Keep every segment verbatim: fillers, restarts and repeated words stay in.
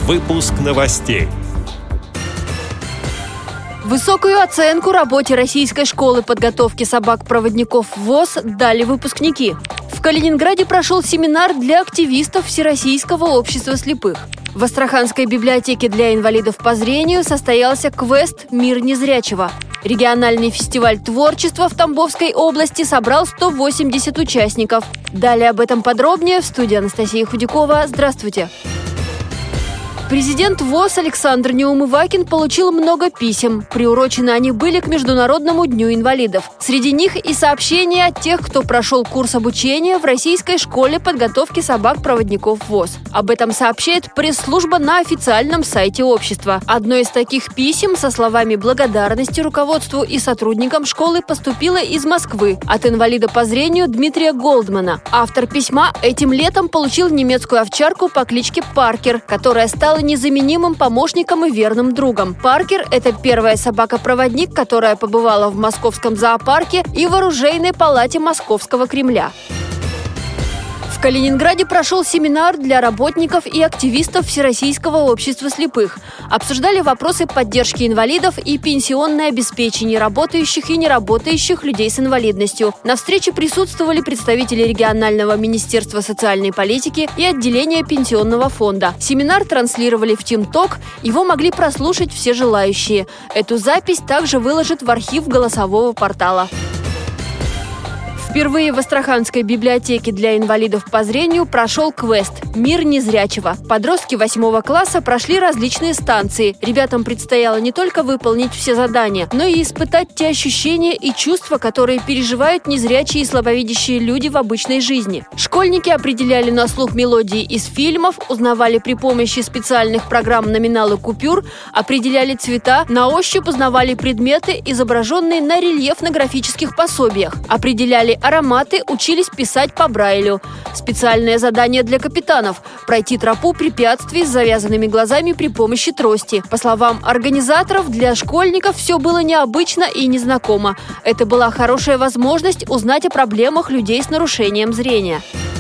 Выпуск новостей. Высокую оценку работе Российской школы подготовки собак-проводников ВОС дали выпускники. В Калининграде прошел семинар для активистов Всероссийского общества слепых. В Астраханской библиотеке для инвалидов по зрению состоялся квест «Мир незрячего». Региональный фестиваль творчества в Тамбовской области собрал сто восемьдесят участников. Далее об этом подробнее в студии Анастасия Худякова. Здравствуйте! Президент ВОС Александр Неумывакин получил много писем. Приурочены они были к Международному дню инвалидов. Среди них и сообщения от тех, кто прошел курс обучения в Российской школе подготовки собак-проводников ВОС. Об этом сообщает пресс-служба на официальном сайте общества. Одно из таких писем со словами благодарности руководству и сотрудникам школы поступило из Москвы от инвалида по зрению Дмитрия Голдмана. Автор письма этим летом получил немецкую овчарку по кличке Паркер, которая стала незаменимым помощником и верным другом. Паркер – это первая собака-проводник, которая побывала в Московском зоопарке и в оружейной палате Московского Кремля. В Калининграде прошел семинар для работников и активистов Всероссийского общества слепых. Обсуждали вопросы поддержки инвалидов и пенсионное обеспечение работающих и неработающих людей с инвалидностью. На встрече присутствовали представители регионального министерства социальной политики и отделения пенсионного фонда. Семинар транслировали в ТимТок, его могли прослушать все желающие. Эту запись также выложат в архив голосового портала. Впервые в Астраханской библиотеке для инвалидов по зрению прошел квест «Мир незрячего». Подростки восьмого класса прошли различные станции. Ребятам предстояло не только выполнить все задания, но и испытать те ощущения и чувства, которые переживают незрячие и слабовидящие люди в обычной жизни. Школьники определяли на слух мелодии из фильмов, узнавали при помощи специальных программ номиналы купюр, определяли цвета, на ощупь узнавали предметы, изображенные на рельефно-графических пособиях, определяли ароматы, учились писать по Брайлю. Специальное задание для капитанов – пройти тропу препятствий с завязанными глазами при помощи трости. По словам организаторов, для школьников все было необычно и незнакомо. Это была хорошая возможность узнать о проблемах людей с нарушением зрения.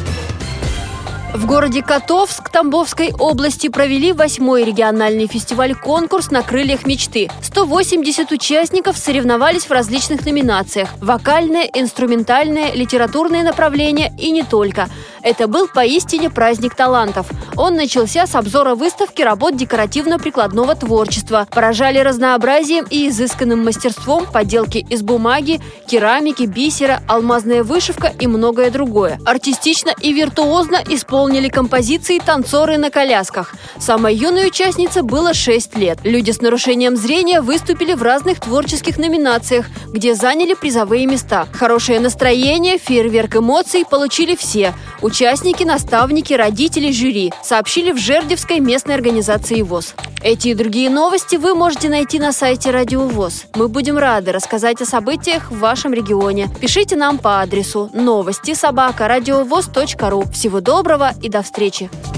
В городе Котовск Тамбовской области провели восьмой региональный фестиваль-конкурс «На крыльях мечты». сто восемьдесят участников соревновались в различных номинациях – вокальное, инструментальное, литературное направление и не только. Это был поистине праздник талантов. Он начался с обзора выставки работ декоративно-прикладного творчества. Поражали разнообразием и изысканным мастерством поделки из бумаги, керамики, бисера, алмазная вышивка и многое другое. Артистично и виртуозно исполнили композиции танцоры на колясках. Самой юной участнице было шесть лет. Люди с нарушением зрения выступили в разных творческих номинациях, где заняли призовые места. Хорошее настроение, фейерверк эмоций получили все – участники, наставники, родители, жюри, сообщили в Жердевской местной организации ВОС. Эти и другие новости вы можете найти на сайте Радио ВОС. Мы будем рады рассказать о событиях в вашем регионе. Пишите нам по адресу новости собака радиовос точка ру. Всего доброго и до встречи!